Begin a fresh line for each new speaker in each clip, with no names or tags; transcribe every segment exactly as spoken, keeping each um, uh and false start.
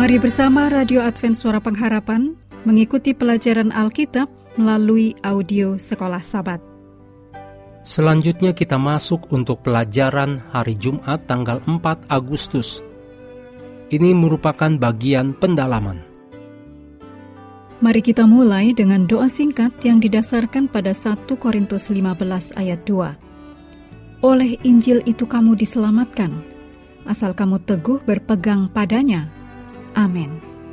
Mari bersama Radio Advent Suara Pengharapan mengikuti pelajaran Alkitab melalui audio Sekolah Sabat.
Selanjutnya kita masuk untuk pelajaran hari Jumat tanggal empat Agustus. Ini merupakan bagian pendalaman.
Mari kita mulai dengan doa singkat yang didasarkan pada satu Korintus lima belas ayat dua. Oleh Injil itu kamu diselamatkan, asal kamu teguh berpegang padanya. Amin.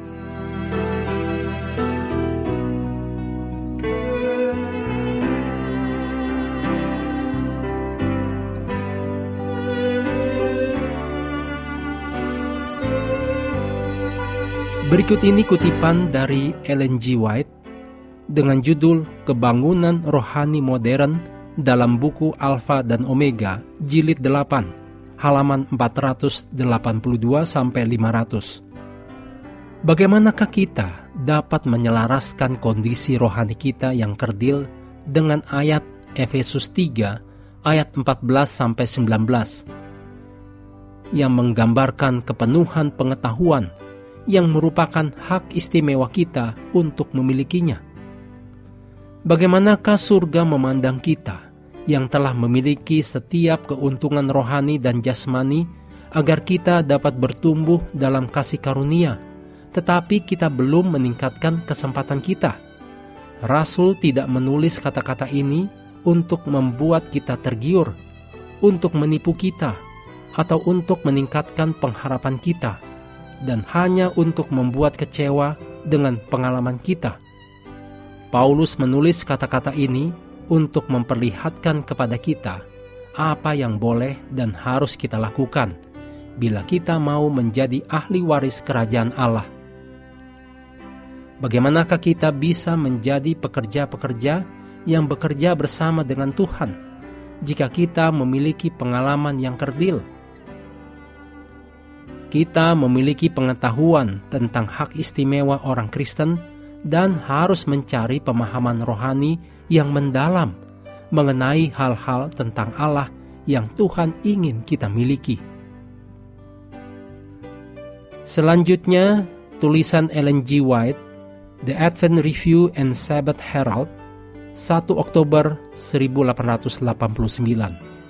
Berikut ini kutipan dari Ellen G. White dengan judul Kebangunan Rohani Modern dalam buku Alfa dan Omega, jilid delapan, halaman empat ratus delapan puluh dua sampai lima ratus. Bagaimanakah kita dapat menyelaraskan kondisi rohani kita yang kerdil dengan ayat Efesus tiga ayat empat belas sampai sembilan belas yang menggambarkan kepenuhan pengetahuan yang merupakan hak istimewa kita untuk memilikinya? Bagaimanakah surga memandang kita yang telah memiliki setiap keuntungan rohani dan jasmani agar kita dapat bertumbuh dalam kasih karunia, tetapi kita belum meningkatkan kesempatan kita? Rasul tidak menulis kata-kata ini untuk membuat kita tergiur, untuk menipu kita, atau untuk meningkatkan pengharapan kita, dan hanya untuk membuat kecewa dengan pengalaman kita. Paulus menulis kata-kata ini untuk memperlihatkan kepada kita apa yang boleh dan harus kita lakukan bila kita mau menjadi ahli waris kerajaan Allah. Bagaimanakah kita bisa menjadi pekerja-pekerja yang bekerja bersama dengan Tuhan jika kita memiliki pengalaman yang kerdil? Kita memiliki pengetahuan tentang hak istimewa orang Kristen dan harus mencari pemahaman rohani yang mendalam mengenai hal-hal tentang Allah yang Tuhan ingin kita miliki. Selanjutnya, tulisan Ellen G. White, The Advent Review and Sabbath Herald, satu Oktober seribu delapan ratus delapan puluh sembilan.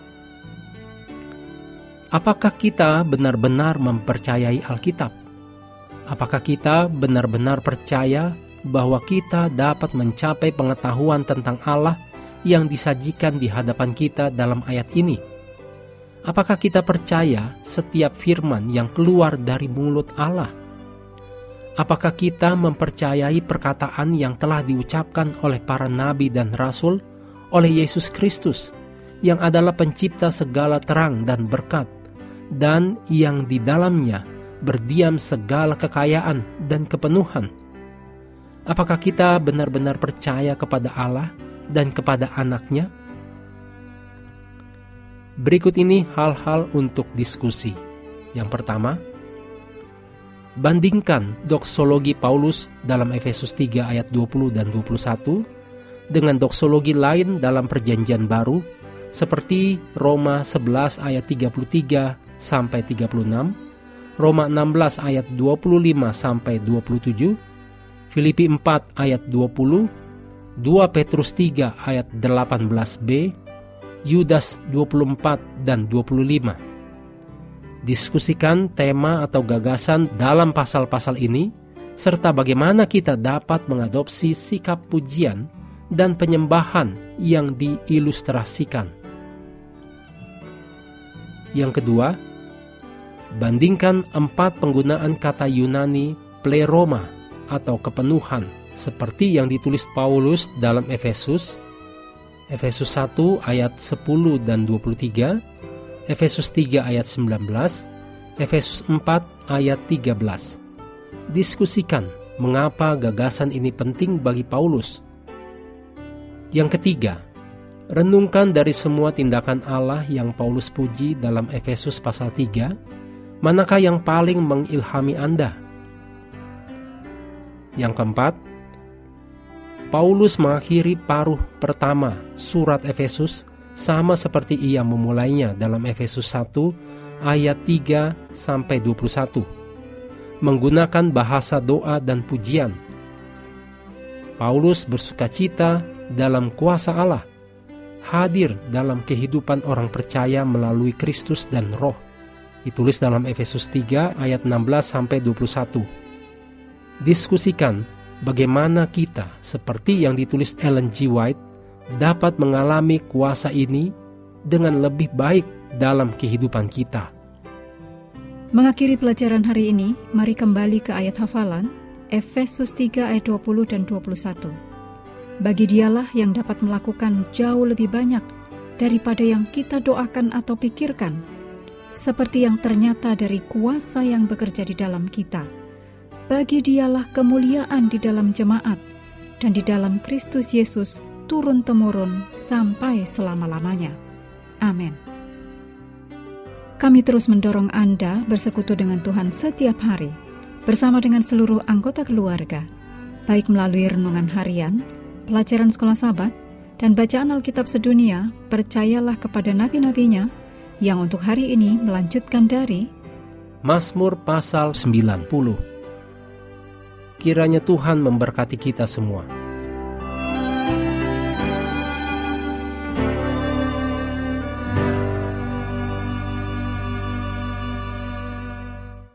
Apakah kita benar-benar mempercayai Alkitab? Apakah kita benar-benar percaya bahwa kita dapat mencapai pengetahuan tentang Allah yang disajikan di hadapan kita dalam ayat ini? Apakah kita percaya setiap firman yang keluar dari mulut Allah? Apakah kita mempercayai perkataan yang telah diucapkan oleh para nabi dan rasul, oleh Yesus Kristus, yang adalah pencipta segala terang dan berkat, dan yang di dalamnya berdiam segala kekayaan dan kepenuhan? Apakah kita benar-benar percaya kepada Allah dan kepada Anak-Nya? Berikut ini hal-hal untuk diskusi. Yang pertama, bandingkan doksologi Paulus dalam Efesus tiga ayat dua puluh dan dua puluh satu dengan doksologi lain dalam Perjanjian Baru seperti Roma sebelas ayat tiga puluh tiga sampai tiga puluh enam, Roma enam belas ayat dua puluh lima sampai dua puluh tujuh, Filipi empat ayat dua puluh, dua Petrus tiga ayat delapan belas b, Yudas dua puluh empat dan dua puluh lima. Diskusikan tema atau gagasan dalam pasal-pasal ini, serta bagaimana kita dapat mengadopsi sikap pujian dan penyembahan yang diilustrasikan. Yang kedua, bandingkan empat penggunaan kata Yunani pleroma atau kepenuhan seperti yang ditulis Paulus dalam Efesus, Efesus satu ayat sepuluh dan dua puluh tiga, Efesus tiga ayat sembilan belas, Efesus empat ayat tiga belas. Diskusikan mengapa gagasan ini penting bagi Paulus. Yang ketiga, renungkan dari semua tindakan Allah yang Paulus puji dalam Efesus pasal tiga, manakah yang paling mengilhami Anda? Yang keempat, Paulus mengakhiri paruh pertama surat Efesus sama seperti ia memulainya dalam Efesus satu ayat tiga sampai dua puluh satu. menggunakan bahasa doa dan pujian. Paulus bersukacita dalam kuasa Allah, hadir dalam kehidupan orang percaya melalui Kristus dan Roh. Ditulis dalam Efesus tiga ayat enam belas sampai dua puluh satu. Diskusikan bagaimana kita, seperti yang ditulis Ellen G. White, dapat mengalami kuasa ini dengan lebih baik dalam kehidupan kita.
Mengakhiri pelajaran hari ini, mari kembali ke ayat hafalan Efesus tiga ayat dua puluh dan dua puluh satu. Bagi Dialah yang dapat melakukan jauh lebih banyak daripada yang kita doakan atau pikirkan, seperti yang ternyata dari kuasa yang bekerja di dalam kita. Bagi Dialah kemuliaan di dalam jemaat dan di dalam Kristus Yesus turun-temurun sampai selama-lamanya. Amin. Kami terus mendorong Anda bersekutu dengan Tuhan setiap hari, bersama dengan seluruh anggota keluarga, baik melalui renungan harian, pelajaran sekolah Sabat, dan bacaan Alkitab sedunia. Percayalah kepada nabi-nabinya yang untuk hari ini melanjutkan dari
Mazmur pasal sembilan puluh. Kiranya Tuhan memberkati kita semua.